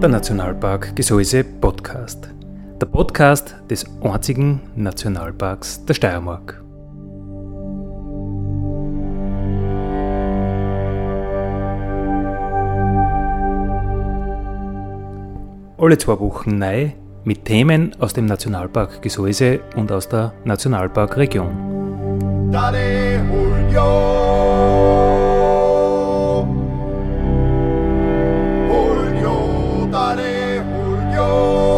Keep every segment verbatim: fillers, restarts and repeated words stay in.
Naturnationalpark Gesäuse Podcast. Der Podcast des einzigen Nationalparks der Steiermark. Alle zwei Wochen neu mit Themen aus dem Nationalpark Gesäuse und aus der Nationalparkregion. Dale, Julio. Julio, dale, Julio.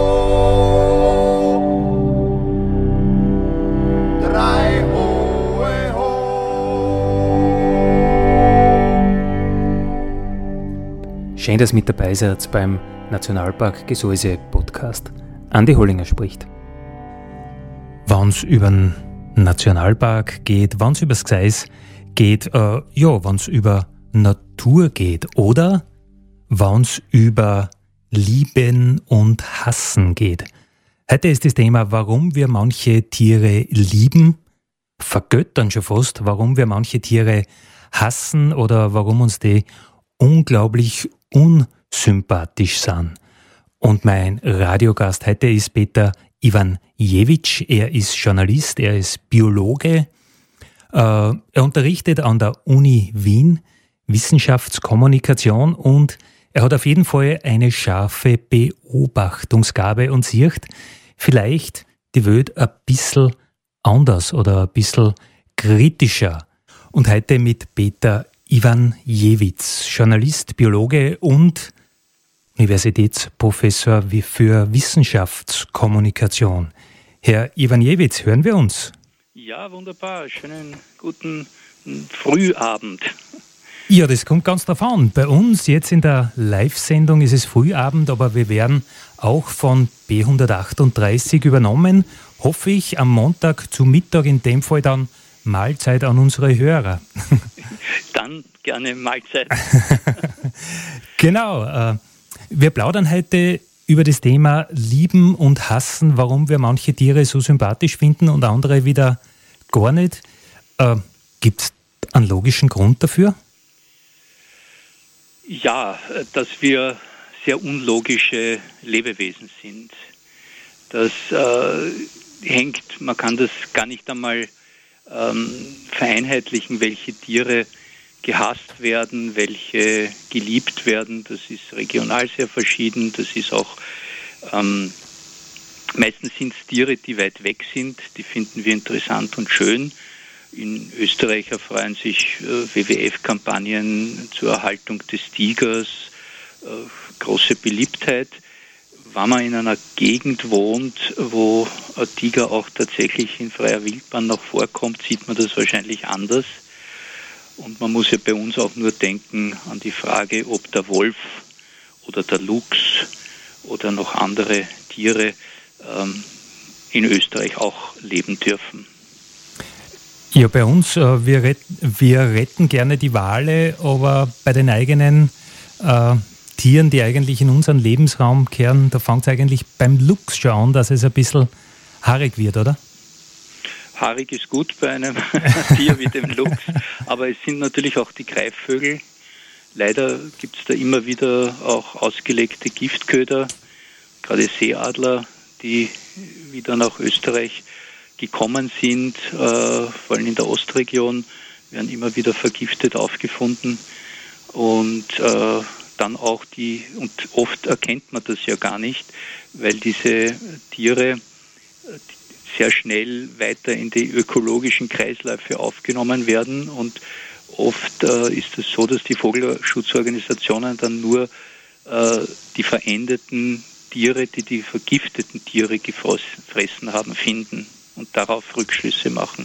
Drei hohe ho. Schön, dass ihr mit dabei seid beim Nationalpark Gesäuse Podcast. Andi Hollinger spricht. Wenn's über den Nationalpark geht, wenn's übers Gseis geht, äh, ja, wenn's über Natur geht oder wenn's über Lieben und Hassen geht. Heute ist das Thema, warum wir manche Tiere lieben, vergöttern schon fast, warum wir manche Tiere hassen oder warum uns die unglaublich unsympathisch sind. Und mein Radiogast heute ist Peter Iwanjewicz. Er ist Journalist, er ist Biologe. Äh, er unterrichtet an der Uni Wien Wissenschaftskommunikation und er hat auf jeden Fall eine scharfe Beobachtungsgabe und sieht vielleicht die Welt ein bisschen anders oder ein bisschen kritischer. Und heute mit Peter Iwanjewicz, Journalist, Biologe und Universitätsprofessor für Wissenschaftskommunikation. Herr Iwanjewicz, hören wir uns? Ja, wunderbar. Schönen guten Frühabend. Ja, das kommt ganz drauf an. Bei uns jetzt in der Live-Sendung ist es Frühabend, aber wir werden auch von B hundertachtunddreißig übernommen. Hoffe ich am Montag zu Mittag, in dem Fall dann Mahlzeit an unsere Hörer. Dann gerne Mahlzeit. Genau. Äh, Wir plaudern heute über das Thema Lieben und Hassen, warum wir manche Tiere so sympathisch finden und andere wieder gar nicht. Äh, Gibt es einen logischen Grund dafür? Ja, dass wir sehr unlogische Lebewesen sind. Das äh, hängt, man kann das gar nicht einmal ähm, vereinheitlichen, welche Tiere gehasst werden, welche geliebt werden. Das ist regional sehr verschieden. Das ist auch, ähm, meistens sind es Tiere, die weit weg sind. Die finden wir interessant und schön. In Österreich erfreuen sich äh, W W F-Kampagnen zur Erhaltung des Tigers äh, große Beliebtheit. Wenn man in einer Gegend wohnt, wo ein Tiger auch tatsächlich in freier Wildbahn noch vorkommt, sieht man das wahrscheinlich anders. Und man muss ja bei uns auch nur denken an die Frage, ob der Wolf oder der Luchs oder noch andere Tiere ähm, in Österreich auch leben dürfen. Ja, bei uns, äh, wir, retten, wir retten gerne die Wale, aber bei den eigenen äh, Tieren, die eigentlich in unseren Lebensraum kehren, da fängt es eigentlich beim Luchs schon an, dass es ein bisschen haarig wird, oder? Haarig ist gut bei einem Tier wie dem Luchs, aber es sind natürlich auch die Greifvögel. Leider gibt es da immer wieder auch ausgelegte Giftköder, gerade Seeadler, die wieder nach Österreich gekommen sind, äh, vor allem in der Ostregion, werden immer wieder vergiftet aufgefunden. Und äh, dann auch die, und oft erkennt man das ja gar nicht, weil diese Tiere sehr schnell weiter in die ökologischen Kreisläufe aufgenommen werden und oft äh, ist es so, dass die Vogelschutzorganisationen dann nur äh, die verendeten Tiere, die die vergifteten Tiere gefressen haben, finden und darauf Rückschlüsse machen.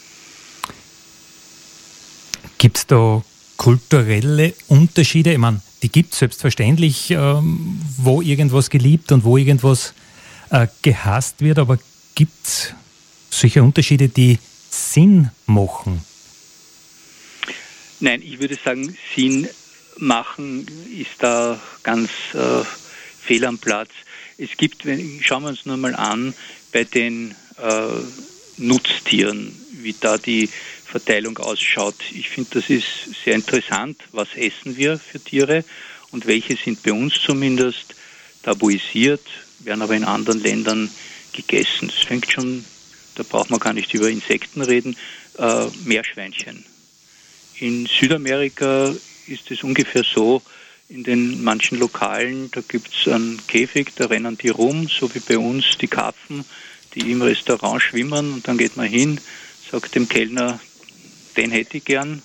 Gibt es da kulturelle Unterschiede? Ich meine, die gibt es selbstverständlich, ähm, wo irgendwas geliebt und wo irgendwas äh, gehasst wird, aber gibt es solche Unterschiede, die Sinn machen? Nein, ich würde sagen, Sinn machen ist da ganz äh, fehl am Platz. Es gibt, wenn, schauen wir uns nur mal an, bei den äh, Nutztieren, wie da die Verteilung ausschaut. Ich finde, das ist sehr interessant. Was essen wir für Tiere und welche sind bei uns zumindest tabuisiert, werden aber in anderen Ländern gegessen. Das fängt schon, da braucht man gar nicht über Insekten reden, äh, Meerschweinchen. In Südamerika ist es ungefähr so, in den manchen Lokalen, da gibt es einen Käfig, da rennen die rum, so wie bei uns die Karpfen, die im Restaurant schwimmen, und dann geht man hin, sagt dem Kellner, den hätte ich gern,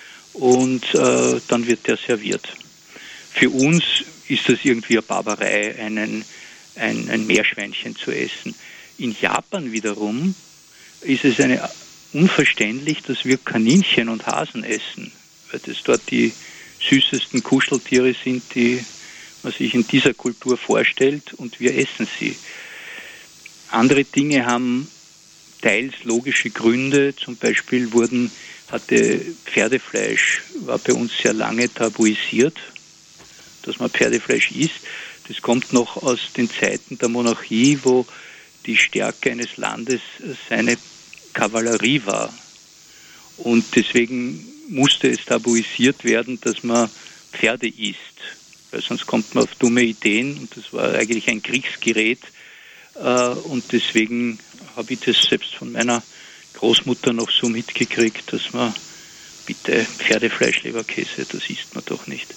und äh, dann wird der serviert. Für uns ist das irgendwie eine Barbarei, einen, ein, ein Meerschweinchen zu essen. In Japan wiederum ist es eine, unverständlich, dass wir Kaninchen und Hasen essen, weil das dort die süßesten Kuscheltiere sind, die man sich in dieser Kultur vorstellt, und wir essen sie. Andere Dinge haben teils logische Gründe, zum Beispiel wurden, hatte Pferdefleisch, war bei uns sehr lange tabuisiert, dass man Pferdefleisch isst. Das kommt noch aus den Zeiten der Monarchie, wo die Stärke eines Landes seine Kavallerie war. Und deswegen musste es tabuisiert werden, dass man Pferde isst, weil sonst kommt man auf dumme Ideen, und das war eigentlich ein Kriegsgerät, und deswegen habe ich das selbst von meiner Großmutter noch so mitgekriegt, dass man bitte Pferdefleisch, Leberkäse, das isst man doch nicht.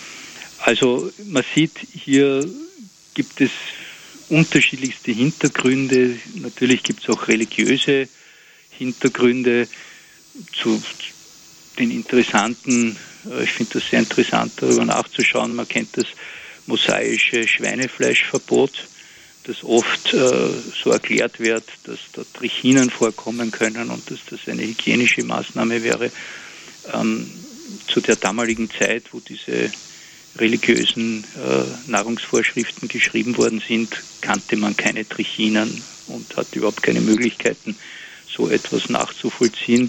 Also man sieht, hier gibt es unterschiedlichste Hintergründe, natürlich gibt es auch religiöse Hintergründe zu den interessanten, ich finde das sehr interessant, darüber nachzuschauen. Man kennt das mosaische Schweinefleischverbot, das oft äh, so erklärt wird, dass da Trichinen vorkommen können und dass das eine hygienische Maßnahme wäre. Ähm, zu der damaligen Zeit, wo diese religiösen äh, Nahrungsvorschriften geschrieben worden sind, kannte man keine Trichinen und hat überhaupt keine Möglichkeiten, so etwas nachzuvollziehen.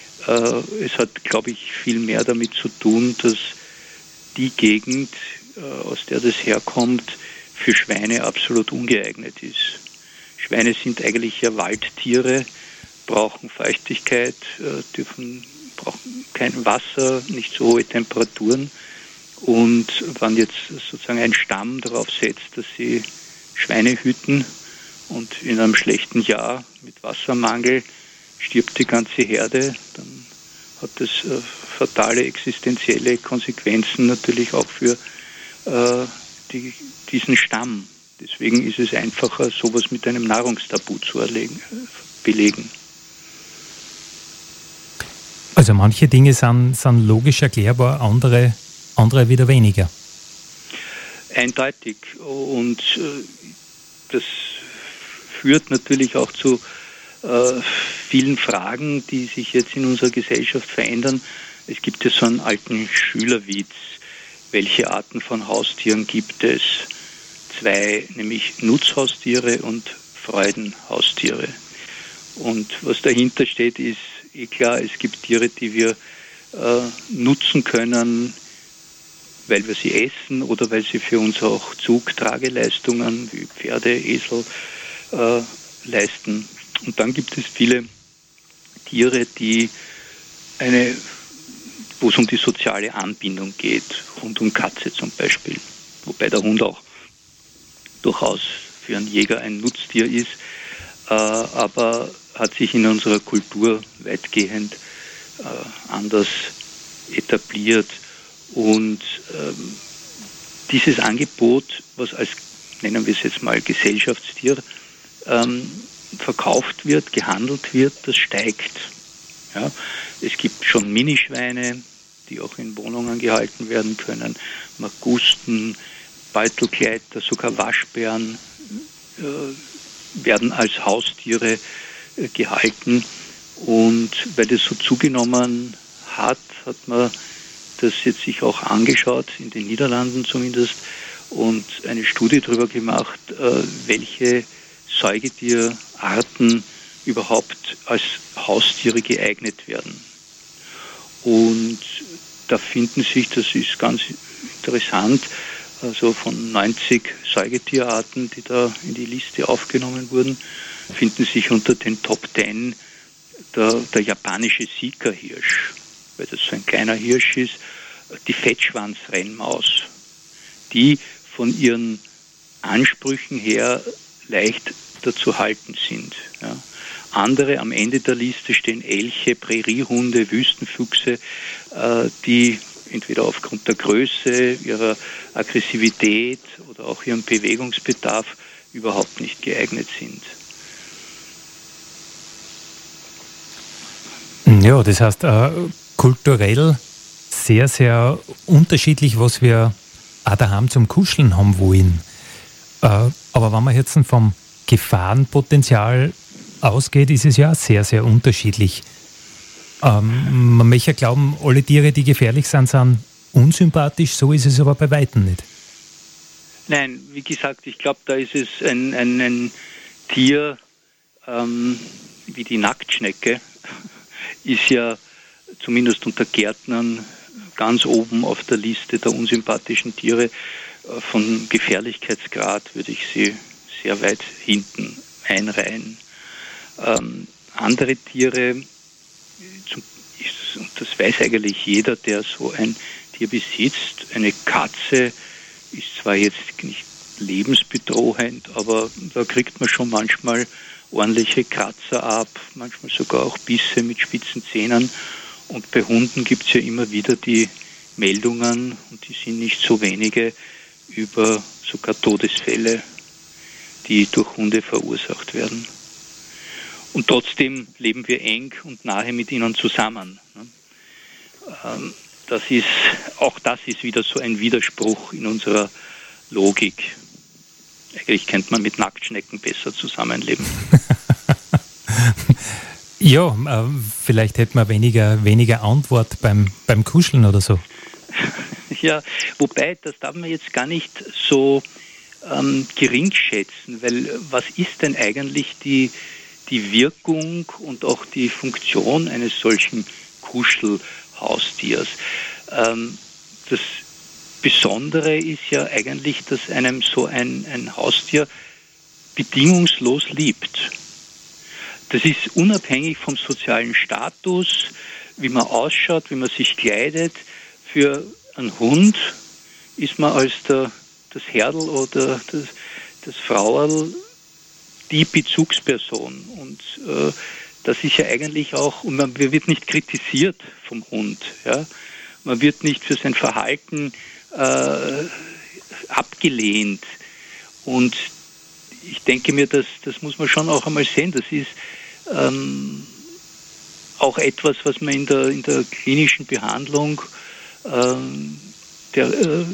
Es hat, glaube ich, viel mehr damit zu tun, dass die Gegend, aus der das herkommt, für Schweine absolut ungeeignet ist. Schweine sind eigentlich ja Waldtiere, brauchen Feuchtigkeit, dürfen, brauchen kein Wasser, nicht so hohe Temperaturen. Und wenn jetzt sozusagen ein Stamm darauf setzt, dass sie Schweine hüten und in einem schlechten Jahr mit Wassermangel stirbt die ganze Herde, dann hat das äh, fatale existenzielle Konsequenzen natürlich auch für äh, die, diesen Stamm. Deswegen ist es einfacher, sowas mit einem Nahrungstabu zu erlegen, äh, belegen. Also manche Dinge sind, sind logisch erklärbar, andere, andere wieder weniger. Eindeutig. Und äh, das führt natürlich auch zu Äh, vielen Fragen, die sich jetzt in unserer Gesellschaft verändern. Es gibt ja so einen alten Schülerwitz. Welche Arten von Haustieren gibt es? Zwei, nämlich Nutzhaustiere und Freudenhaustiere. Und was dahinter steht, ist eh klar, es gibt Tiere, die wir äh, nutzen können, weil wir sie essen oder weil sie für uns auch Zugtrageleistungen wie Pferde, Esel äh, leisten. Und dann gibt es viele Tiere, die eine, wo es um die soziale Anbindung geht, Hund und Katze zum Beispiel, wobei der Hund auch durchaus für einen Jäger ein Nutztier ist, äh, aber hat sich in unserer Kultur weitgehend äh, anders etabliert. Und ähm, dieses Angebot, was als, nennen wir es jetzt mal, Gesellschaftstier ähm, verkauft wird, gehandelt wird, das steigt. Ja, es gibt schon Minischweine, die auch in Wohnungen gehalten werden können, Magusten, Beutelkleider, sogar Waschbären äh, werden als Haustiere äh, gehalten. Und weil das so zugenommen hat, hat man das jetzt sich auch angeschaut, in den Niederlanden zumindest, und eine Studie darüber gemacht, äh, welche Säugetierarten überhaupt als Haustiere geeignet werden. Und da finden sich, das ist ganz interessant, also von neunzig Säugetierarten, die da in die Liste aufgenommen wurden, finden sich unter den Top zehn der, der japanische Sika-Hirsch, weil das so ein kleiner Hirsch ist, die Fettschwanzrennmaus, die von ihren Ansprüchen her leichter zu halten sind. Ja. Andere am Ende der Liste stehen Elche, Präriehunde, Wüstenfüchse, äh, die entweder aufgrund der Größe, ihrer Aggressivität oder auch ihrem Bewegungsbedarf überhaupt nicht geeignet sind. Ja, das heißt, äh, kulturell sehr, sehr unterschiedlich, was wir auch daheim zum Kuscheln haben wollen. Äh, aber wenn man jetzt vom Gefahrenpotenzial ausgeht, ist es ja auch sehr, sehr unterschiedlich. Ähm, man möchte ja glauben, alle Tiere, die gefährlich sind, sind unsympathisch, so ist es aber bei Weitem nicht. Nein, wie gesagt, ich glaube, da ist es ein, ein, ein Tier ähm, wie die Nacktschnecke, ist ja zumindest unter Gärtnern ganz oben auf der Liste der unsympathischen Tiere. Von Gefährlichkeitsgrad würde ich sie sehr weit hinten einreihen. Ähm, andere Tiere, zum, ist, und das weiß eigentlich jeder, der so ein Tier besitzt, eine Katze ist zwar jetzt nicht lebensbedrohend, aber da kriegt man schon manchmal ordentliche Kratzer ab, manchmal sogar auch Bisse mit spitzen Zähnen. Und bei Hunden gibt es ja immer wieder die Meldungen, und die sind nicht so wenige, über sogar Todesfälle, die durch Hunde verursacht werden. Und trotzdem leben wir eng und nahe mit ihnen zusammen. Das ist, auch das ist wieder so ein Widerspruch in unserer Logik. Eigentlich könnte man mit Nacktschnecken besser zusammenleben. Ja, äh, vielleicht hätte man weniger, weniger Antwort beim, beim Kuscheln oder so. Ja, wobei, das darf man jetzt gar nicht so ähm, gering schätzen, weil was ist denn eigentlich die, die Wirkung und auch die Funktion eines solchen Kuschelhaustiers? Ähm, das Besondere ist ja eigentlich, dass einem so ein, ein Haustier bedingungslos liebt. Das ist unabhängig vom sozialen Status, wie man ausschaut, wie man sich kleidet. Für einen Hund ist man als der, das Herdl oder das, das Frauerl die Bezugsperson. Und äh, das ist ja eigentlich auch, und man wird nicht kritisiert vom Hund. Ja? Man wird nicht für sein Verhalten äh, abgelehnt. Und ich denke mir, das, das muss man schon auch einmal sehen. Das ist ähm, auch etwas, was man in der, in der klinischen Behandlung ähm, der äh,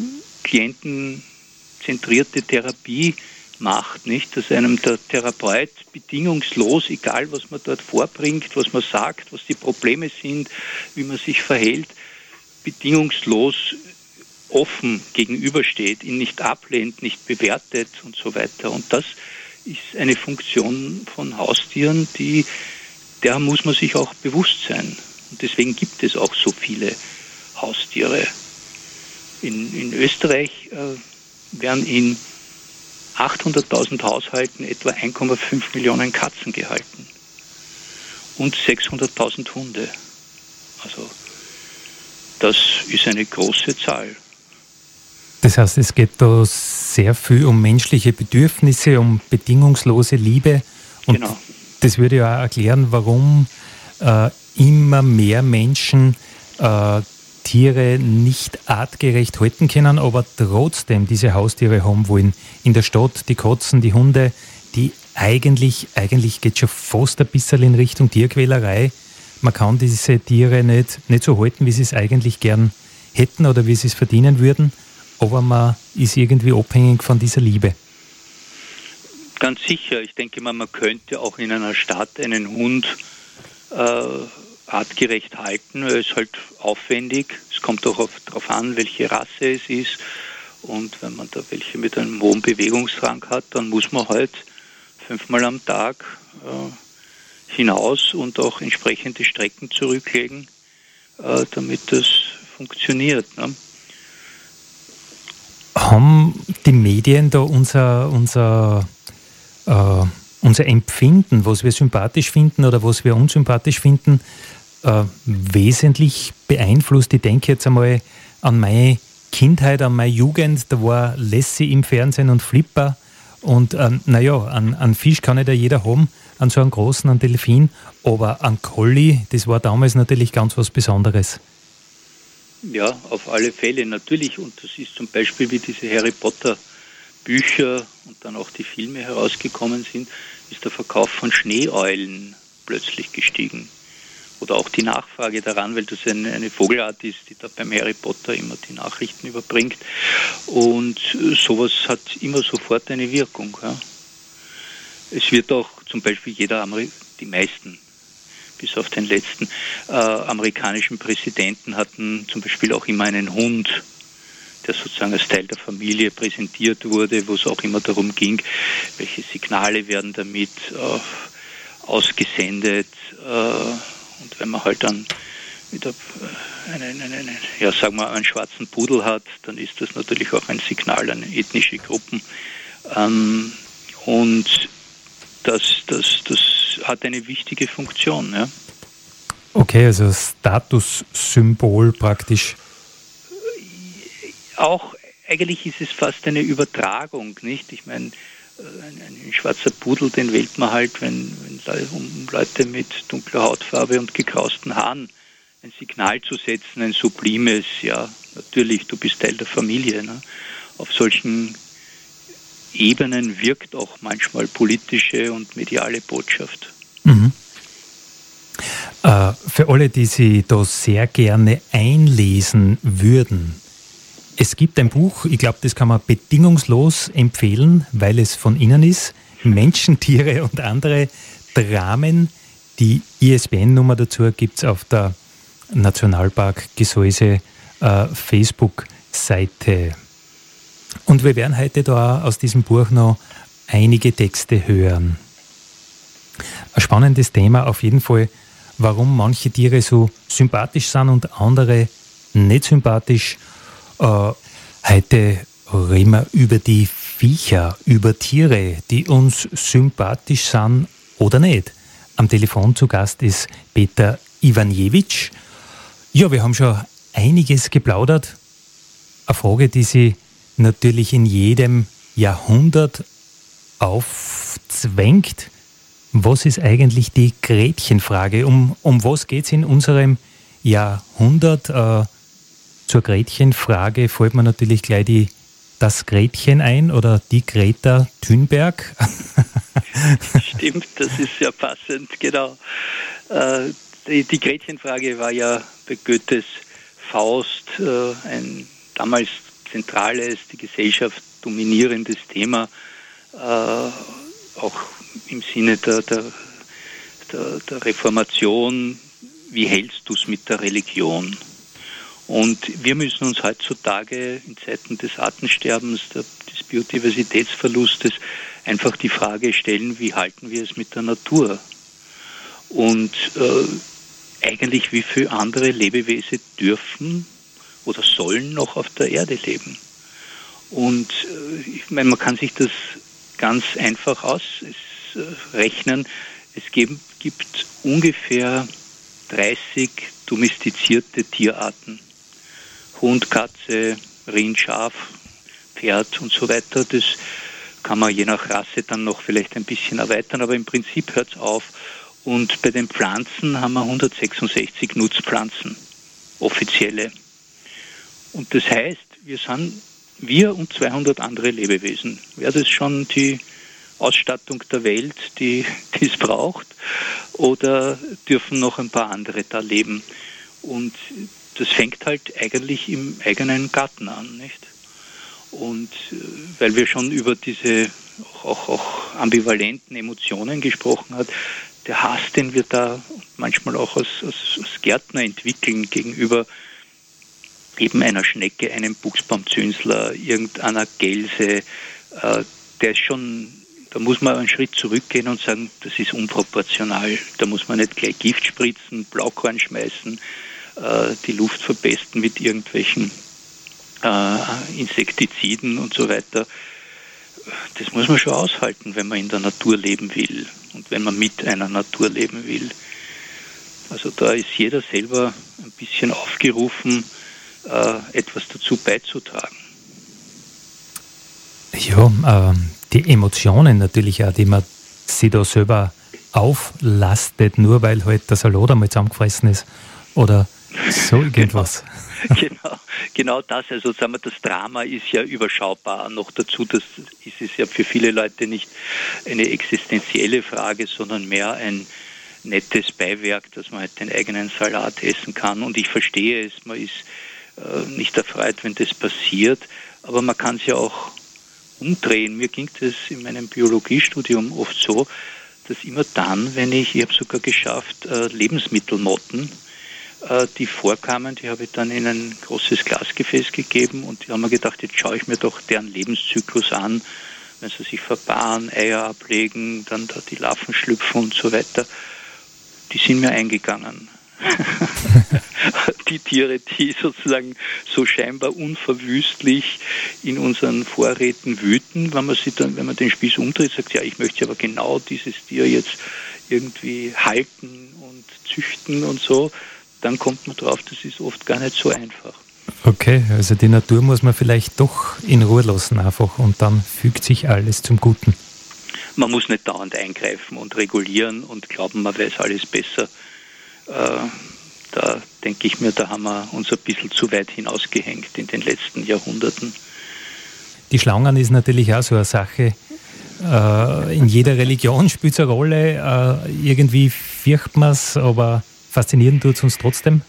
klientenzentrierte Therapie macht, nicht? Dass einem der Therapeut bedingungslos, egal was man dort vorbringt, was man sagt, was die Probleme sind, wie man sich verhält, bedingungslos offen gegenübersteht, ihn nicht ablehnt, nicht bewertet und so weiter. Und das ist eine Funktion von Haustieren, die, der muss man sich auch bewusst sein. Und deswegen gibt es auch so viele Haustiere. In, in Österreich äh, werden in achthunderttausend Haushalten etwa eins Komma fünf Millionen Katzen gehalten und sechshunderttausend Hunde. Also das ist eine große Zahl. Das heißt, es geht da sehr viel um menschliche Bedürfnisse, um bedingungslose Liebe. Und genau. Das würde ja auch erklären, warum äh, immer mehr Menschen äh, Tiere nicht artgerecht halten können, aber trotzdem diese Haustiere haben wollen. In der Stadt die Katzen, die Hunde, die eigentlich, eigentlich geht schon fast ein bisschen in Richtung Tierquälerei. Man kann diese Tiere nicht, nicht so halten, wie sie es eigentlich gern hätten oder wie sie es verdienen würden, aber man ist irgendwie abhängig von dieser Liebe. Ganz sicher. Ich denke mal, man könnte auch in einer Stadt einen Hund äh, artgerecht halten. Er ist halt aufwendig. Es kommt auch darauf an, welche Rasse es ist. Und wenn man da welche mit einem hohen Bewegungsdrang hat, dann muss man halt fünfmal am Tag äh, hinaus und auch entsprechende Strecken zurücklegen, äh, damit das funktioniert. Ne? Haben die Medien da unser, unser, äh, unser Empfinden, was wir sympathisch finden oder was wir unsympathisch finden, äh, wesentlich beeinflusst? Ich denke jetzt einmal an meine Kindheit, an meine Jugend, da war Lassie im Fernsehen und Flipper. Und ähm, naja, an, an Fisch kann nicht jeder haben, an so einem großen, an Delfin. Aber an Collie, das war damals natürlich ganz was Besonderes. Ja, auf alle Fälle, natürlich. Und das ist zum Beispiel, wie diese Harry Potter Bücher und dann auch die Filme herausgekommen sind, ist der Verkauf von Schneeeulen plötzlich gestiegen. Oder auch die Nachfrage daran, weil das eine, eine Vogelart ist, die da beim Harry Potter immer die Nachrichten überbringt. Und sowas hat immer sofort eine Wirkung. Ja. Es wird auch zum Beispiel jeder, Ameri- die meisten, bis auf den letzten, äh, amerikanischen Präsidenten hatten zum Beispiel auch immer einen Hund, der sozusagen als Teil der Familie präsentiert wurde, wo es auch immer darum ging, welche Signale werden damit äh, ausgesendet. Äh, und wenn man halt dann wieder einen, einen, einen, ja, sagen wir, einen schwarzen Pudel hat, dann ist das natürlich auch ein Signal an ethnische Gruppen. Ähm, und das, das, das hat eine wichtige Funktion. Ja. Okay, also Statussymbol praktisch. Auch eigentlich ist es fast eine Übertragung, nicht? Ich meine, ein, ein schwarzer Pudel, den wählt man halt, wenn, wenn um Leute mit dunkler Hautfarbe und gekrausten Haaren ein Signal zu setzen, ein sublimes, ja, natürlich, du bist Teil der Familie. Ne? Auf solchen Ebenen wirkt auch manchmal politische und mediale Botschaft. Mhm. Äh, für alle, die sich da sehr gerne einlesen würden, es gibt ein Buch, ich glaube, das kann man bedingungslos empfehlen, weil es von Ihnen ist. Menschen, Tiere und andere Dramen. Die I S B N-Nummer dazu gibt es auf der Nationalpark Gesäuse äh, Facebook-Seite. Und wir werden heute da aus diesem Buch noch einige Texte hören. Ein spannendes Thema auf jeden Fall, warum manche Tiere so sympathisch sind und andere nicht sympathisch. Uh, heute reden wir über die Viecher, über Tiere, die uns sympathisch sind oder nicht. Am Telefon zu Gast ist Peter Iwanjewitsch. Ja, wir haben schon einiges geplaudert. Eine Frage, die sich natürlich in jedem Jahrhundert aufzwängt. Was ist eigentlich die Gretchenfrage? Um, um was geht es in unserem Jahrhundert? Uh, Zur Gretchenfrage fällt mir natürlich gleich die, das Gretchen ein oder die Greta Thunberg. Stimmt, das ist sehr passend, genau. Äh, die, die Gretchenfrage war ja bei Goethes Faust äh, ein damals zentrales, die Gesellschaft dominierendes Thema, äh, auch im Sinne der, der, der, der Reformation. Wie hältst du es mit der Religion? Und wir müssen uns heutzutage in Zeiten des Artensterbens, der, des Biodiversitätsverlustes einfach die Frage stellen, wie halten wir es mit der Natur? Und äh, eigentlich wie viele andere Lebewesen dürfen oder sollen noch auf der Erde leben? Und äh, ich meine, man kann sich das ganz einfach ausrechnen. Es gibt, gibt ungefähr dreißig domestizierte Tierarten. Hund, Katze, Rind, Schaf, Pferd und so weiter. Das kann man je nach Rasse dann noch vielleicht ein bisschen erweitern, aber im Prinzip hört es auf. Und bei den Pflanzen haben wir hundertsechsundsechzig Nutzpflanzen, offizielle. Und das heißt, wir sind, wir und zweihundert andere Lebewesen. Wäre das schon die Ausstattung der Welt, die es braucht? Oder dürfen noch ein paar andere da leben? Und das fängt halt eigentlich im eigenen Garten an, nicht? Und weil wir schon über diese auch, auch ambivalenten Emotionen gesprochen haben, der Hass, den wir da manchmal auch als, als, als Gärtner entwickeln gegenüber eben einer Schnecke, einem Buchsbaumzünsler, irgendeiner Gelse, äh, der ist schon, da muss man einen Schritt zurückgehen und sagen, das ist unproportional. Da muss man nicht gleich Gift spritzen, Blaukorn schmeißen, die Luft verpesten mit irgendwelchen äh, Insektiziden und so weiter. Das muss man schon aushalten, wenn man in der Natur leben will und wenn man mit einer Natur leben will. Also da ist jeder selber ein bisschen aufgerufen, äh, etwas dazu beizutragen. Ja, äh, die Emotionen natürlich auch, die man sich da selber auflastet, nur weil halt der Salat einmal zusammengefressen ist oder so irgendwas. Genau, genau, genau das. Also sagen wir, das Drama ist ja überschaubar. Noch dazu, das ist es ja für viele Leute nicht eine existenzielle Frage, sondern mehr ein nettes Beiwerk, dass man halt den eigenen Salat essen kann. Und ich verstehe es, man ist äh, nicht erfreut, wenn das passiert, aber man kann es ja auch umdrehen. Mir ging das in meinem Biologiestudium oft so, dass immer dann, wenn ich, ich habe sogar geschafft, äh, Lebensmittelmotten, äh, die vorkamen, die habe ich dann in ein großes Glasgefäß gegeben und die haben mir gedacht, jetzt schaue ich mir doch deren Lebenszyklus an, wenn sie sich verpaaren, Eier ablegen, dann da die Larven schlüpfen und so weiter. Die sind mir eingegangen. Die Tiere, die sozusagen so scheinbar unverwüstlich in unseren Vorräten wüten, wenn man sie dann, wenn man den Spieß umdreht, sagt, ja, ich möchte aber genau dieses Tier jetzt irgendwie halten und züchten und so, dann kommt man drauf, das ist oft gar nicht so einfach. Okay, also die Natur muss man vielleicht doch in Ruhe lassen einfach und dann fügt sich alles zum Guten. Man muss nicht dauernd eingreifen und regulieren und glauben, man weiß alles besser. Äh, da denke ich mir, da haben wir uns ein bisschen zu weit hinausgehängt in den letzten Jahrhunderten. Die Schlangen ist natürlich auch so eine Sache. Äh, in jeder Religion spielt es eine Rolle. Äh, irgendwie fürchtet man es, aber faszinieren tut es uns trotzdem.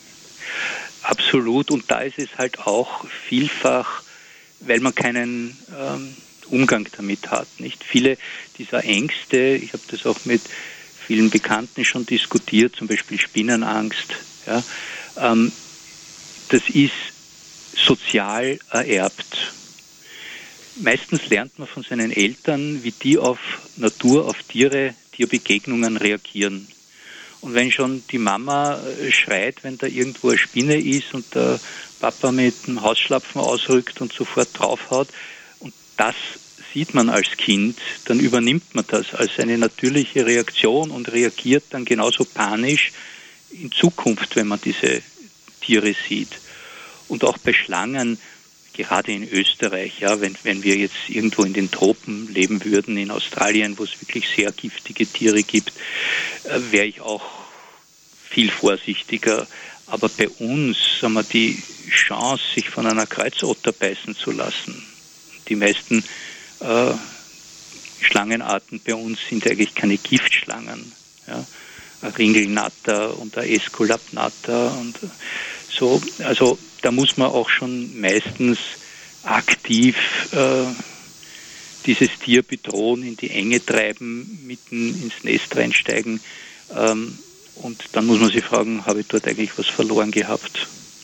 Absolut. Und da ist es halt auch vielfach, weil man keinen ähm, Umgang damit hat. Nicht viele dieser Ängste, ich habe das auch mit vielen Bekannten schon diskutiert, zum Beispiel Spinnenangst. Ja, ähm, das ist sozial ererbt. Meistens lernt man von seinen Eltern, wie die auf Natur, auf Tiere, Tierbegegnungen reagieren. Und wenn schon die Mama schreit, wenn da irgendwo eine Spinne ist und der Papa mit dem Hausschlapfen ausrückt und sofort draufhaut, und das sieht man als Kind, dann übernimmt man das als eine natürliche Reaktion und reagiert dann genauso panisch in Zukunft, wenn man diese Tiere sieht. Und auch bei Schlangen, gerade in Österreich, ja, wenn, wenn wir jetzt irgendwo in den Tropen leben würden, in Australien, wo es wirklich sehr giftige Tiere gibt, äh, wäre ich auch viel vorsichtiger. Aber bei uns haben wir die Chance, sich von einer Kreuzotter beißen zu lassen. Die meisten äh, Schlangenarten bei uns sind eigentlich keine Giftschlangen. Ja? Ein Ringelnatter und ein Äskulapnatter und so. Also da muss man auch schon meistens aktiv äh, dieses Tier bedrohen, in die Enge treiben, mitten ins Nest reinsteigen. Ähm, und dann muss man sich fragen, habe ich dort eigentlich was verloren gehabt?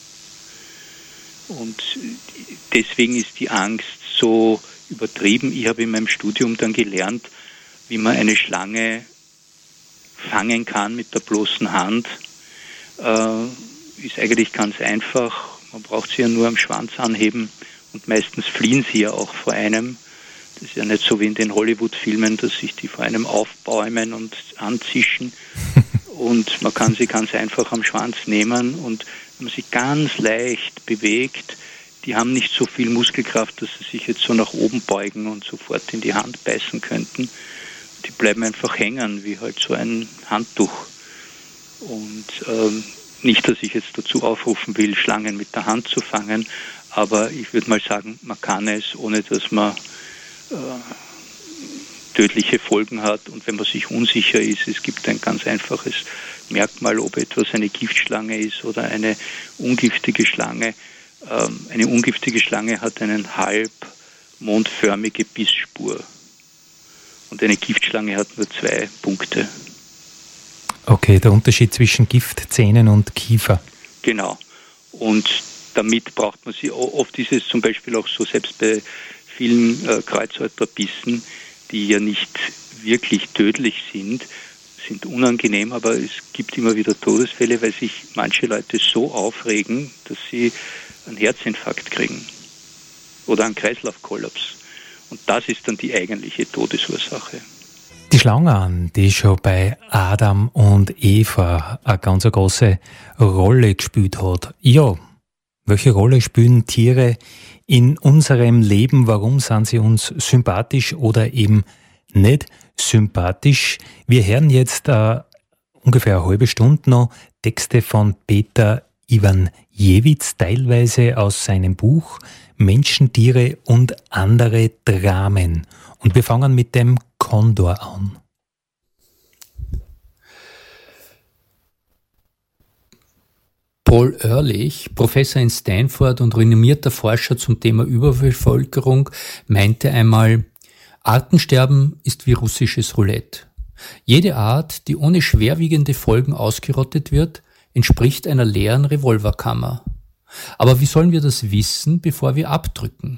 Und deswegen ist die Angst so übertrieben. Ich habe in meinem Studium dann gelernt, wie man eine Schlange fangen kann mit der bloßen Hand. Äh, ist eigentlich ganz einfach. Man braucht sie ja nur am Schwanz anheben und meistens fliehen sie ja auch vor einem. Das ist ja nicht so wie in den Hollywood-Filmen, dass sich die vor einem aufbäumen und anzischen. Und man kann sie ganz einfach am Schwanz nehmen und wenn man sie ganz leicht bewegt, die haben nicht so viel Muskelkraft, dass sie sich jetzt so nach oben beugen und sofort in die Hand beißen könnten. Die bleiben einfach hängen, wie halt so ein Handtuch. Und ähm, nicht, dass ich jetzt dazu aufrufen will, Schlangen mit der Hand zu fangen, aber ich würde mal sagen, man kann es, ohne dass man äh, tödliche Folgen hat. Und wenn man sich unsicher ist, es gibt ein ganz einfaches Merkmal, ob etwas eine Giftschlange ist oder eine ungiftige Schlange. Ähm, eine ungiftige Schlange hat eine halb mondförmige Bissspur. Und eine Giftschlange hat nur zwei Punkte. Okay, der Unterschied zwischen Giftzähnen und Kiefer. Genau. Und damit braucht man sie, oft ist es zum Beispiel auch so, selbst bei vielen äh, Kreuzauterbissen, die ja nicht wirklich tödlich sind, sind unangenehm, aber es gibt immer wieder Todesfälle, weil sich manche Leute so aufregen, dass sie einen Herzinfarkt kriegen oder einen Kreislaufkollaps. Und das ist dann die eigentliche Todesursache. Die Schlange, die schon bei Adam und Eva eine ganz große Rolle gespielt hat. Ja, Welche Rolle spielen Tiere in unserem Leben? Warum sind sie uns sympathisch oder eben nicht sympathisch? Wir hören jetzt äh, ungefähr eine halbe Stunde noch Texte von Peter Iwanjewicz, teilweise aus seinem Buch Menschen, Tiere und andere Dramen. Und wir fangen mit dem Kondor an. Paul Ehrlich, Professor in Stanford und renommierter Forscher zum Thema Überbevölkerung, meinte einmal, Artensterben ist wie russisches Roulette. Jede Art, die ohne schwerwiegende Folgen ausgerottet wird, entspricht einer leeren Revolverkammer. Aber wie sollen wir das wissen, bevor wir abdrücken?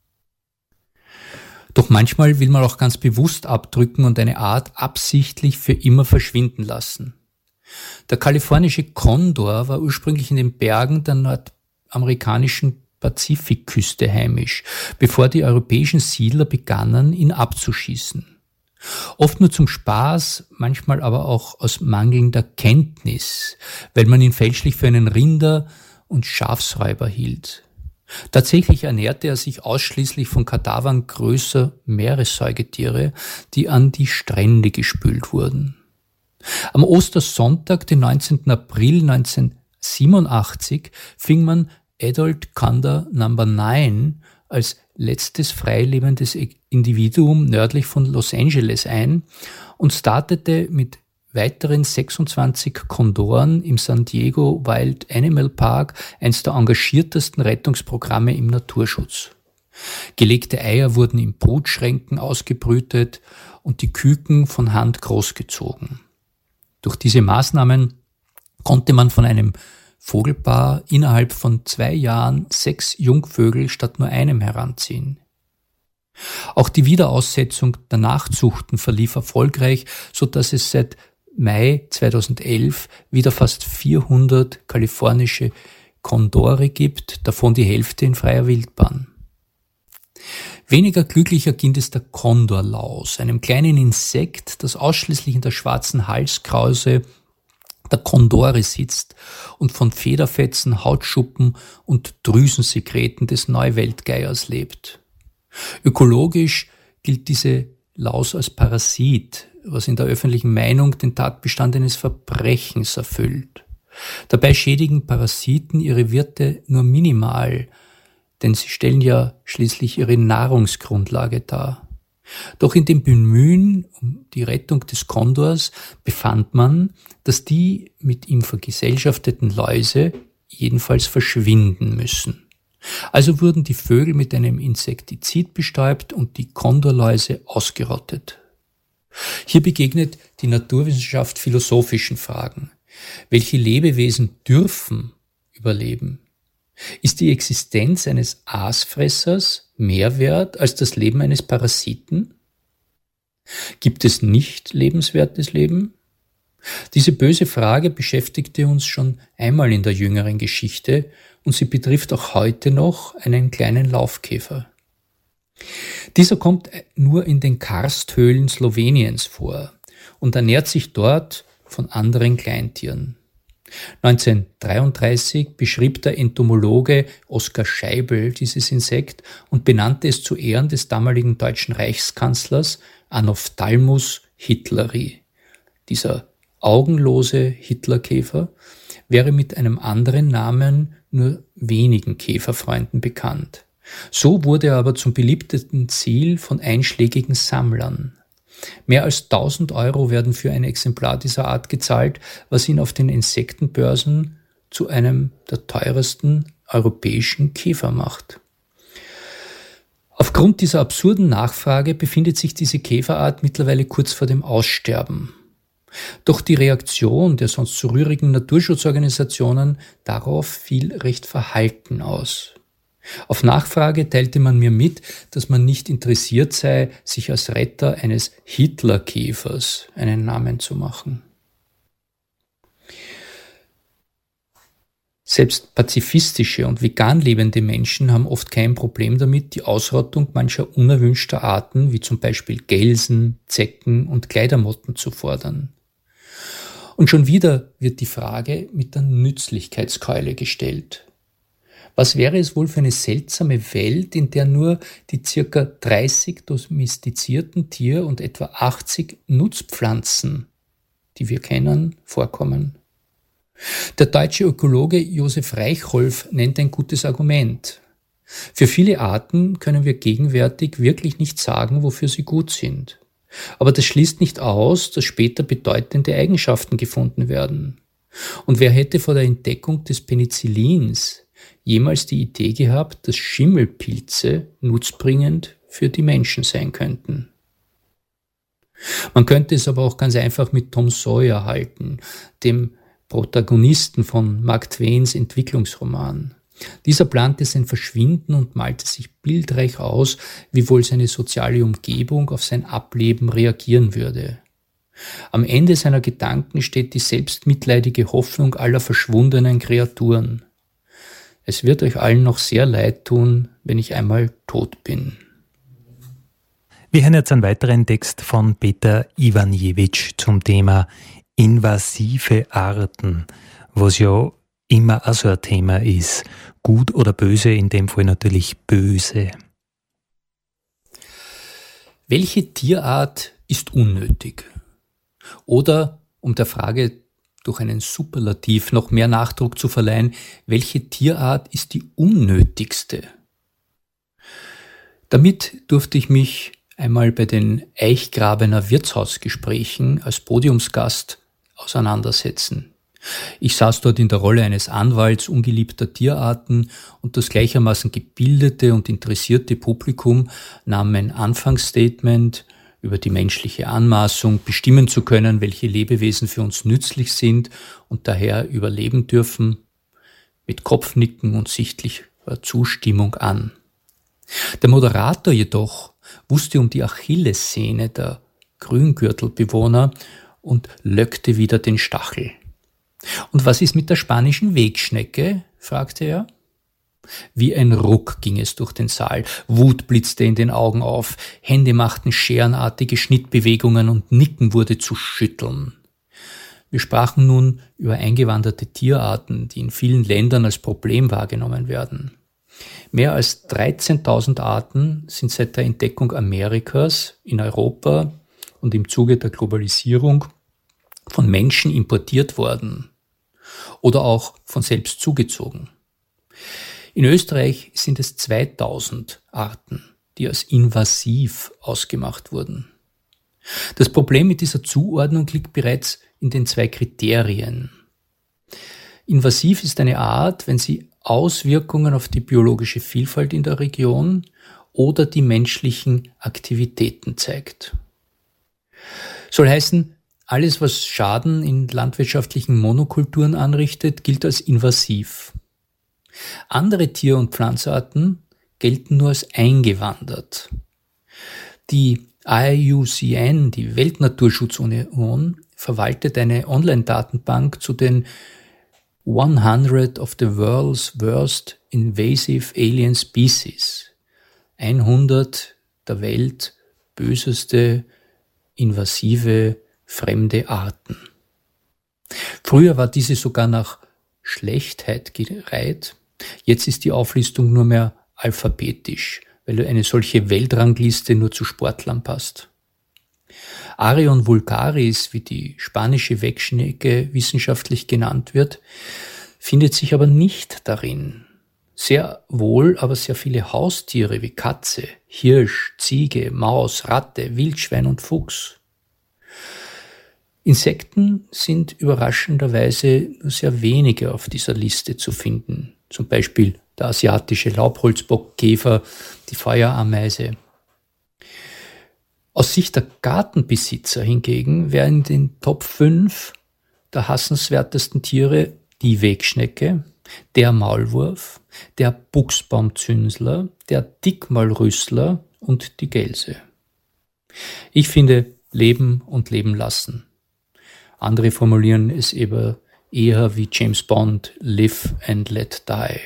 Doch manchmal will man auch ganz bewusst abdrücken und eine Art absichtlich für immer verschwinden lassen. Der kalifornische Kondor war ursprünglich in den Bergen der nordamerikanischen Pazifikküste heimisch, bevor die europäischen Siedler begannen, ihn abzuschießen. Oft nur zum Spaß, manchmal aber auch aus mangelnder Kenntnis, weil man ihn fälschlich für einen Rinder- und Schafsräuber hielt. Tatsächlich ernährte er sich ausschließlich von Kadavern größer Meeressäugetiere, die an die Strände gespült wurden. Am Ostersonntag, den neunzehnten April neunzehnhundertsiebenundachtzig, fing man Adult Condor Number neun als letztes freilebendes Individuum nördlich von Los Angeles ein und startete mit weiteren sechsundzwanzig Kondoren im San Diego Wild Animal Park, eines der engagiertesten Rettungsprogramme im Naturschutz. Gelegte Eier wurden in Brutschränken ausgebrütet und die Küken von Hand großgezogen. Durch diese Maßnahmen konnte man von einem Vogelpaar innerhalb von zwei Jahren sechs Jungvögel statt nur einem heranziehen. Auch die Wiederaussetzung der Nachzuchten verlief erfolgreich, so dass es seit Mai zweitausendelf wieder fast vierhundert kalifornische Kondore gibt, davon die Hälfte in freier Wildbahn. Weniger glücklicher ging es der Kondorlaus, einem kleinen Insekt, das ausschließlich in der schwarzen Halskrause der Kondore sitzt und von Federfetzen, Hautschuppen und Drüsensekreten des Neuweltgeiers lebt. Ökologisch gilt diese Laus als Parasit, was in der öffentlichen Meinung den Tatbestand eines Verbrechens erfüllt. Dabei schädigen Parasiten ihre Wirte nur minimal, denn sie stellen ja schließlich ihre Nahrungsgrundlage dar. Doch in dem Bemühen um die Rettung des Kondors befand man, dass die mit ihm vergesellschafteten Läuse jedenfalls verschwinden müssen. Also wurden die Vögel mit einem Insektizid bestäubt und die Kondorläuse ausgerottet. Hier begegnet die Naturwissenschaft philosophischen Fragen. Welche Lebewesen dürfen überleben? Ist die Existenz eines Aasfressers mehr wert als das Leben eines Parasiten? Gibt es nicht lebenswertes Leben? Diese böse Frage beschäftigte uns schon einmal in der jüngeren Geschichte und sie betrifft auch heute noch einen kleinen Laufkäfer. Dieser kommt nur in den Karsthöhlen Sloweniens vor und ernährt sich dort von anderen Kleintieren. neunzehnhundertdreiunddreißig beschrieb der Entomologe Oskar Scheibel dieses Insekt und benannte es zu Ehren des damaligen deutschen Reichskanzlers Anophthalmus hitleri. Dieser augenlose Hitlerkäfer wäre mit einem anderen Namen nur wenigen Käferfreunden bekannt. So wurde er aber zum beliebtesten Ziel von einschlägigen Sammlern. Mehr als tausend Euro werden für ein Exemplar dieser Art gezahlt, was ihn auf den Insektenbörsen zu einem der teuersten europäischen Käfer macht. Aufgrund dieser absurden Nachfrage befindet sich diese Käferart mittlerweile kurz vor dem Aussterben. Doch die Reaktion der sonst so rührigen Naturschutzorganisationen darauf fiel recht verhalten aus. Auf Nachfrage teilte man mir mit, dass man nicht interessiert sei, sich als Retter eines Hitlerkäfers einen Namen zu machen. Selbst pazifistische und vegan lebende Menschen haben oft kein Problem damit, die Ausrottung mancher unerwünschter Arten, wie zum Beispiel Gelsen, Zecken und Kleidermotten zu fordern. Und schon wieder wird die Frage mit der Nützlichkeitskeule gestellt. Was wäre es wohl für eine seltsame Welt, in der nur die circa dreißig domestizierten Tier- und etwa achtzig Nutzpflanzen, die wir kennen, vorkommen? Der deutsche Ökologe Josef Reichholf nennt ein gutes Argument. Für viele Arten können wir gegenwärtig wirklich nicht sagen, wofür sie gut sind. Aber das schließt nicht aus, dass später bedeutende Eigenschaften gefunden werden. Und wer hätte vor der Entdeckung des Penicillins jemals die Idee gehabt, dass Schimmelpilze nutzbringend für die Menschen sein könnten? Man könnte es aber auch ganz einfach mit Tom Sawyer halten, dem Protagonisten von Mark Twains Entwicklungsroman. Dieser plante sein Verschwinden und malte sich bildreich aus, wie wohl seine soziale Umgebung auf sein Ableben reagieren würde. Am Ende seiner Gedanken steht die selbstmitleidige Hoffnung aller verschwundenen Kreaturen. Es wird euch allen noch sehr leid tun, wenn ich einmal tot bin. Wir hören jetzt einen weiteren Text von Peter Iwanjewitsch zum Thema invasive Arten, was ja immer auch so ein Thema ist. Gut oder böse, in dem Fall natürlich böse. Welche Tierart ist unnötig? Oder, um der Frage durch einen Superlativ noch mehr Nachdruck zu verleihen, welche Tierart ist die unnötigste? Damit durfte ich mich einmal bei den Eichgrabener Wirtshausgesprächen als Podiumsgast auseinandersetzen. Ich saß dort in der Rolle eines Anwalts ungeliebter Tierarten und das gleichermaßen gebildete und interessierte Publikum nahm mein Anfangsstatement über die menschliche Anmaßung, bestimmen zu können, welche Lebewesen für uns nützlich sind und daher überleben dürfen, mit Kopfnicken und sichtlicher Zustimmung an. Der Moderator jedoch wusste um die Achillessehne der Grüngürtelbewohner und löckte wieder den Stachel. »Und was ist mit der spanischen Wegschnecke?« fragte er. Wie ein Ruck ging es durch den Saal, Wut blitzte in den Augen auf, Hände machten scherenartige Schnittbewegungen und Nicken wurde zu schütteln. Wir sprachen nun über eingewanderte Tierarten, die in vielen Ländern als Problem wahrgenommen werden. Mehr als dreizehntausend Arten sind seit der Entdeckung Amerikas in Europa und im Zuge der Globalisierung von Menschen importiert worden oder auch von selbst zugezogen. In Österreich sind es zweitausend Arten, die als invasiv ausgemacht wurden. Das Problem mit dieser Zuordnung liegt bereits in den zwei Kriterien. Invasiv ist eine Art, wenn sie Auswirkungen auf die biologische Vielfalt in der Region oder die menschlichen Aktivitäten zeigt. Soll heißen, alles, was Schaden in landwirtschaftlichen Monokulturen anrichtet, gilt als invasiv. Andere Tier- und Pflanzenarten gelten nur als eingewandert. Die I U C N, die Weltnaturschutzunion, verwaltet eine Online-Datenbank zu den hundert of the world's worst invasive alien species. hundert der Welt böseste invasive fremde Arten. Früher war diese sogar nach Schlechtheit gereiht. Jetzt ist die Auflistung nur mehr alphabetisch, weil eine solche Weltrangliste nur zu Sportlern passt. Arion vulgaris, wie die spanische Wegschnecke wissenschaftlich genannt wird, findet sich aber nicht darin. Sehr wohl aber sehr viele Haustiere wie Katze, Hirsch, Ziege, Maus, Ratte, Wildschwein und Fuchs. Insekten sind überraschenderweise nur sehr wenige auf dieser Liste zu finden. Zum Beispiel der asiatische Laubholzbockkäfer, die Feuerameise. Aus Sicht der Gartenbesitzer hingegen wären in den Top fünf der hassenswertesten Tiere die Wegschnecke, der Maulwurf, der Buchsbaumzünsler, der Dickmaulrüssler und die Gelse. Ich finde Leben und Leben lassen. Andere formulieren es eher, eher wie James Bond, live and let die.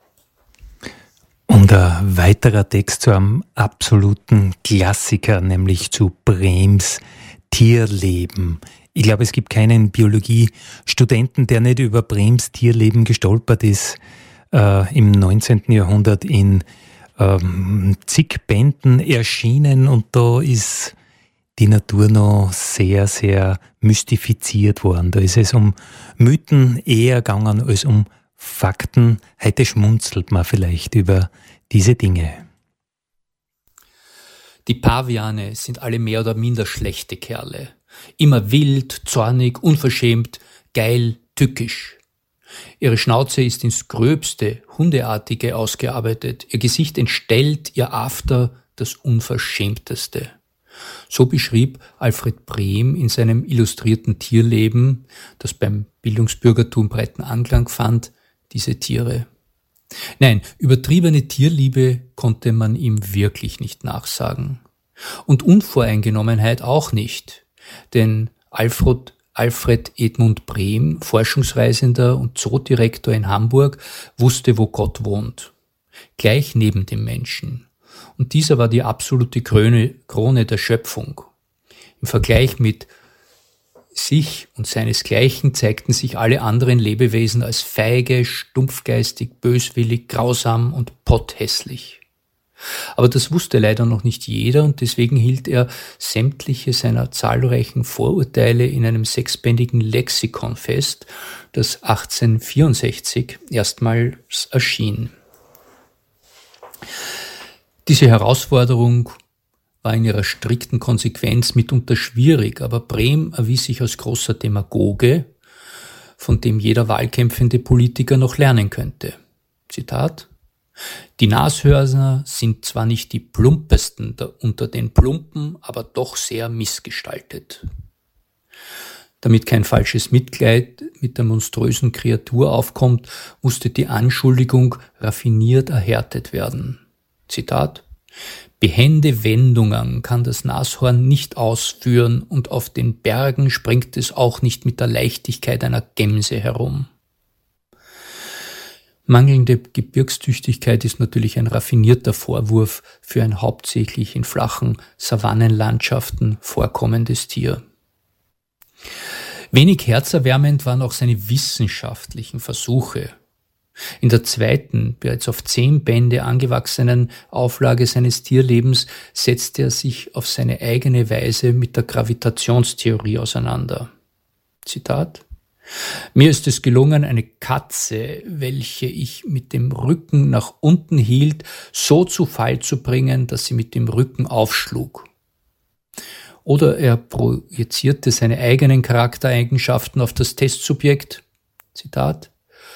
Und ein weiterer Text zu einem absoluten Klassiker, nämlich zu Brehms Tierleben. Ich glaube, es gibt keinen Biologiestudenten, der nicht über Brehms Tierleben gestolpert ist. äh, im neunzehnten Jahrhundert in ähm, zig Bänden erschienen und da ist die Natur noch sehr, sehr mystifiziert worden. Da ist es um Mythen eher gegangen als um Fakten. Heute schmunzelt man vielleicht über diese Dinge. Die Paviane sind alle mehr oder minder schlechte Kerle. Immer wild, zornig, unverschämt, geil, tückisch. Ihre Schnauze ist ins Gröbste, Hundeartige ausgearbeitet, ihr Gesicht entstellt, ihr After das Unverschämteste. So beschrieb Alfred Brehm in seinem illustrierten Tierleben, das beim Bildungsbürgertum breiten Anklang fand, diese Tiere. Nein, übertriebene Tierliebe konnte man ihm wirklich nicht nachsagen. Und Unvoreingenommenheit auch nicht, denn Alfred Alfred Edmund Brehm, Forschungsreisender und Zoodirektor in Hamburg, wusste, wo Gott wohnt. Gleich neben dem Menschen. Und dieser war die absolute Krone, Krone der Schöpfung. Im Vergleich mit sich und seinesgleichen zeigten sich alle anderen Lebewesen als feige, stumpfgeistig, böswillig, grausam und potthässlich. Aber das wusste leider noch nicht jeder und deswegen hielt er sämtliche seiner zahlreichen Vorurteile in einem sechsbändigen Lexikon fest, das achtzehnhundertvierundsechzig erstmals erschien. Diese Herausforderung war in ihrer strikten Konsequenz mitunter schwierig, aber Brehm erwies sich als großer Demagoge, von dem jeder wahlkämpfende Politiker noch lernen könnte. Zitat: Die Nashörner sind zwar nicht die plumpesten unter den Plumpen, aber doch sehr missgestaltet. Damit kein falsches Mitleid mit der monströsen Kreatur aufkommt, musste die Anschuldigung raffiniert erhärtet werden. Zitat: Behende Wendungen kann das Nashorn nicht ausführen und auf den Bergen springt es auch nicht mit der Leichtigkeit einer Gemse herum. Mangelnde Gebirgstüchtigkeit ist natürlich ein raffinierter Vorwurf für ein hauptsächlich in flachen Savannenlandschaften vorkommendes Tier. Wenig herzerwärmend waren auch seine wissenschaftlichen Versuche. In der zweiten, bereits auf zehn Bände angewachsenen Auflage seines Tierlebens setzte er sich auf seine eigene Weise mit der Gravitationstheorie auseinander. Zitat: Mir ist es gelungen, eine Katze, welche ich mit dem Rücken nach unten hielt, so zu Fall zu bringen, dass sie mit dem Rücken aufschlug. Oder er projizierte seine eigenen Charaktereigenschaften auf das Testsubjekt. Zitat: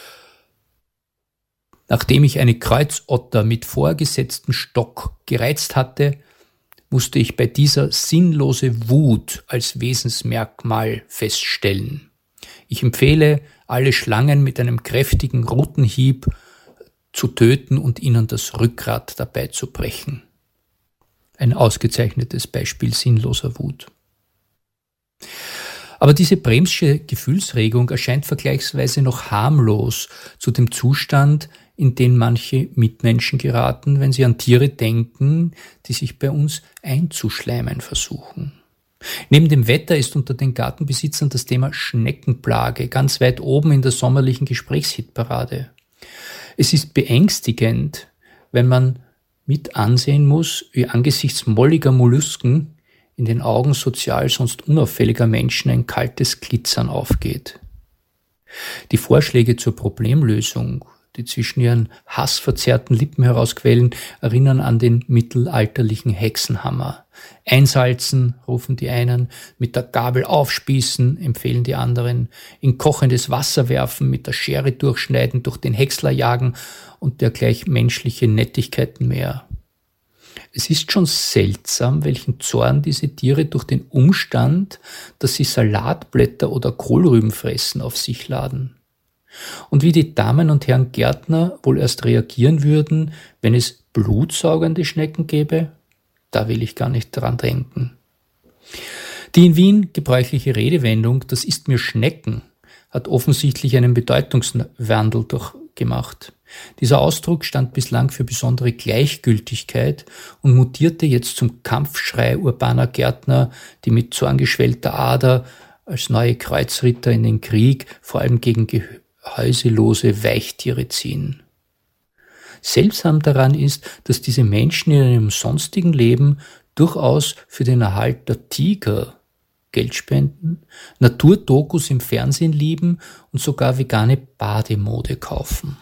Nachdem ich eine Kreuzotter mit vorgesetztem Stock gereizt hatte, musste ich bei dieser sinnlose Wut als Wesensmerkmal feststellen. Ich empfehle, alle Schlangen mit einem kräftigen Rutenhieb zu töten und ihnen das Rückgrat dabei zu brechen. Ein ausgezeichnetes Beispiel sinnloser Wut. Aber diese Brehmsche Gefühlsregung erscheint vergleichsweise noch harmlos zu dem Zustand, in den manche Mitmenschen geraten, wenn sie an Tiere denken, die sich bei uns einzuschleimen versuchen. Neben dem Wetter ist unter den Gartenbesitzern das Thema Schneckenplage ganz weit oben in der sommerlichen Gesprächshitparade. Es ist beängstigend, wenn man mit ansehen muss, wie angesichts molliger Mollusken in den Augen sozial sonst unauffälliger Menschen ein kaltes Glitzern aufgeht. Die Vorschläge zur Problemlösung, die zwischen ihren hassverzerrten Lippen herausquellen, erinnern an den mittelalterlichen Hexenhammer. Einsalzen, rufen die einen, mit der Gabel aufspießen, empfehlen die anderen, in kochendes Wasser werfen, mit der Schere durchschneiden, durch den Häcksler jagen und dergleich menschliche Nettigkeiten mehr. Es ist schon seltsam, welchen Zorn diese Tiere durch den Umstand, dass sie Salatblätter oder Kohlrüben fressen, auf sich laden. Und wie die Damen und Herren Gärtner wohl erst reagieren würden, wenn es blutsaugende Schnecken gäbe, da will ich gar nicht dran denken. Die in Wien gebräuchliche Redewendung, das ist mir Schnecken, hat offensichtlich einen Bedeutungswandel durchgemacht. Dieser Ausdruck stand bislang für besondere Gleichgültigkeit und mutierte jetzt zum Kampfschrei urbaner Gärtner, die mit zorngeschwellter Ader als neue Kreuzritter in den Krieg vor allem gegen gehäuselose Weichtiere ziehen. Seltsam daran ist, dass diese Menschen in ihrem sonstigen Leben durchaus für den Erhalt der Tiger Geld spenden, Naturdokus im Fernsehen lieben und sogar vegane Bademode kaufen.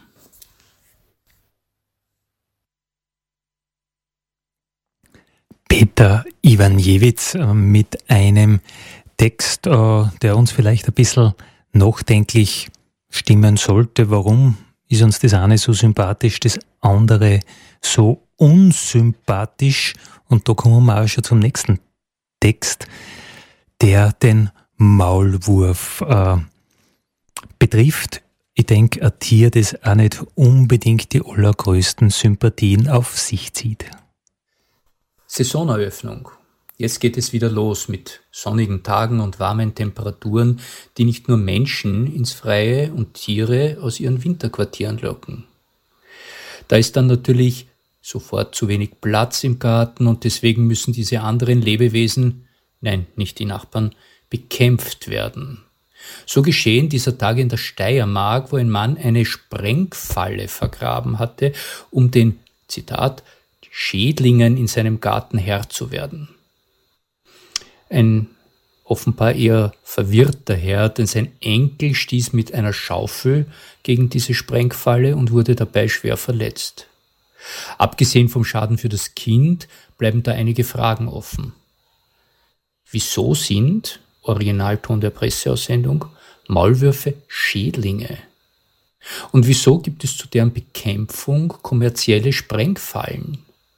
Peter Iwanjewicz mit einem Text, der uns vielleicht ein bisschen nachdenklich stimmen sollte. Warum ist uns das eine so sympathisch, das andere so unsympathisch? Und da kommen wir auch schon zum nächsten Text, der den Maulwurf äh, betrifft. Ich denke, ein Tier, das auch nicht unbedingt die allergrößten Sympathien auf sich zieht. Saisoneröffnung. Jetzt geht es wieder los mit sonnigen Tagen und warmen Temperaturen, die nicht nur Menschen ins Freie und Tiere aus ihren Winterquartieren locken. Da ist dann natürlich sofort zu wenig Platz im Garten und deswegen müssen diese anderen Lebewesen, nein, nicht die Nachbarn, bekämpft werden. So geschehen dieser Tage in der Steiermark, wo ein Mann eine Sprengfalle vergraben hatte, um den, Zitat, Schädlingen in seinem Garten Herr zu werden. Ein offenbar eher verwirrter Herr, denn sein Enkel stieß mit einer Schaufel gegen diese Sprengfalle und wurde dabei schwer verletzt. Abgesehen vom Schaden für das Kind bleiben da einige Fragen offen. Wieso sind, Originalton der Presseaussendung, Maulwürfe Schädlinge? Und wieso gibt es zu deren Bekämpfung kommerzielle Sprengfallen?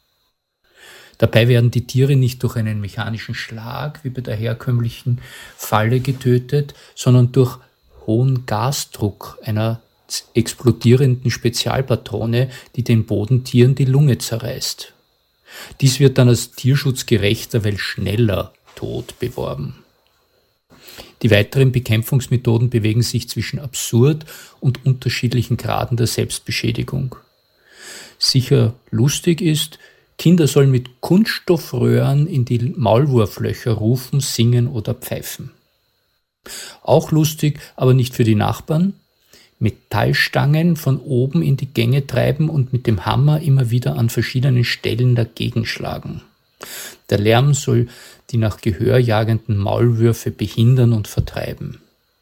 Dabei werden die Tiere nicht durch einen mechanischen Schlag wie bei der herkömmlichen Falle getötet, sondern durch hohen Gasdruck einer explodierenden Spezialpatrone, die den Bodentieren die Lunge zerreißt. Dies wird dann als tierschutzgerechter, weil schneller Tod beworben. Die weiteren Bekämpfungsmethoden bewegen sich zwischen absurd und unterschiedlichen Graden der Selbstbeschädigung. Sicher lustig ist, Kinder sollen mit Kunststoffröhren in die Maulwurflöcher rufen, singen oder pfeifen. Auch lustig, aber nicht für die Nachbarn, Metallstangen von oben in die Gänge treiben und mit dem Hammer immer wieder an verschiedenen Stellen dagegen schlagen. Der Lärm soll die nach Gehör jagenden Maulwürfe behindern und vertreiben.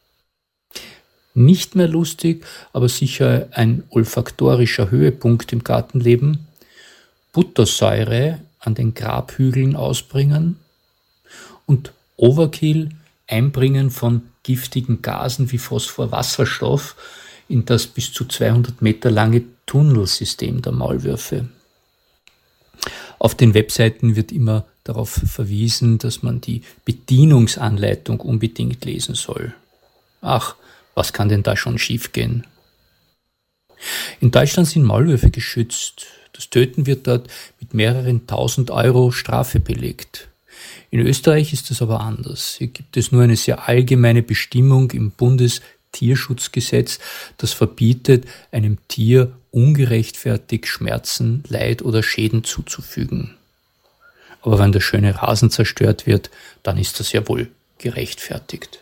Nicht mehr lustig, aber sicher ein olfaktorischer Höhepunkt im Gartenleben: Buttersäure an den Grabhügeln ausbringen und Overkill, Einbringen von giftigen Gasen wie Phosphorwasserstoff in das bis zu zweihundert Meter lange Tunnelsystem der Maulwürfe. Auf den Webseiten wird immer darauf verwiesen, dass man die Bedienungsanleitung unbedingt lesen soll. Ach, was kann denn da schon schiefgehen? In Deutschland sind Maulwürfe geschützt. Das Töten wird dort mit mehreren tausend Euro Strafe belegt. In Österreich ist das aber anders. Hier gibt es nur eine sehr allgemeine Bestimmung im Bundestierschutzgesetz, das verbietet, einem Tier ungerechtfertigt Schmerzen, Leid oder Schäden zuzufügen. Aber wenn der schöne Rasen zerstört wird, dann ist das ja wohl gerechtfertigt.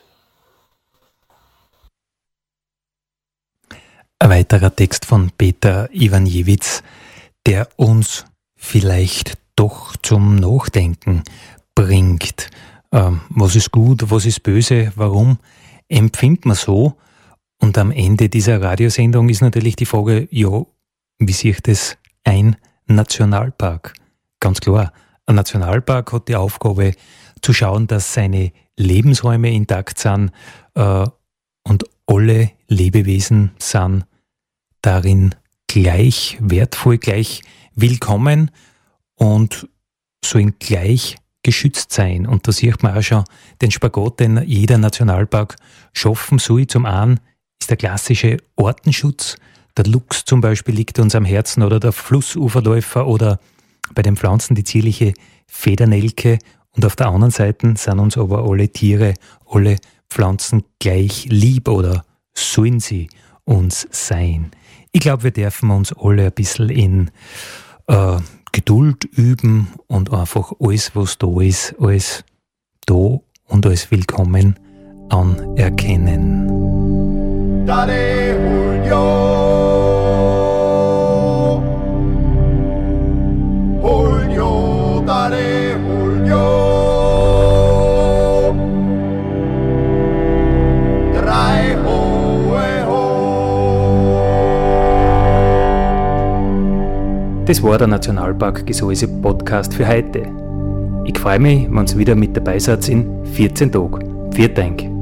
Ein weiterer Text von Peter Iwanjewicz, der uns vielleicht doch zum Nachdenken bringt. Ähm, was ist gut, was ist böse, warum empfindet man so? Und am Ende dieser Radiosendung ist natürlich die Frage, ja, wie sieht das ein Nationalpark? Ganz klar, ein Nationalpark hat die Aufgabe zu schauen, dass seine Lebensräume intakt sind äh, und alle Lebewesen sind darin gleich wertvoll, gleich willkommen und sollen gleich geschützt sein. Und da sieht man auch schon den Spagat, den jeder Nationalpark schaffen soll. Zum einen ist der klassische Artenschutz. Der Luchs zum Beispiel liegt uns am Herzen oder der Flussuferläufer oder bei den Pflanzen die zierliche Federnelke. Und auf der anderen Seite sind uns aber alle Tiere, alle Pflanzen gleich lieb oder sollen sie uns sein. Ich glaube, wir dürfen uns alle ein bisschen in äh, Geduld üben und einfach alles, was da ist, alles da und alles willkommen anerkennen. Dale Julio, Das war der Nationalpark Gesäuse Podcast für heute. Ich freue mich, wenn ihr wieder mit dabei seid in vierzehn Tagen. Vielen Dank.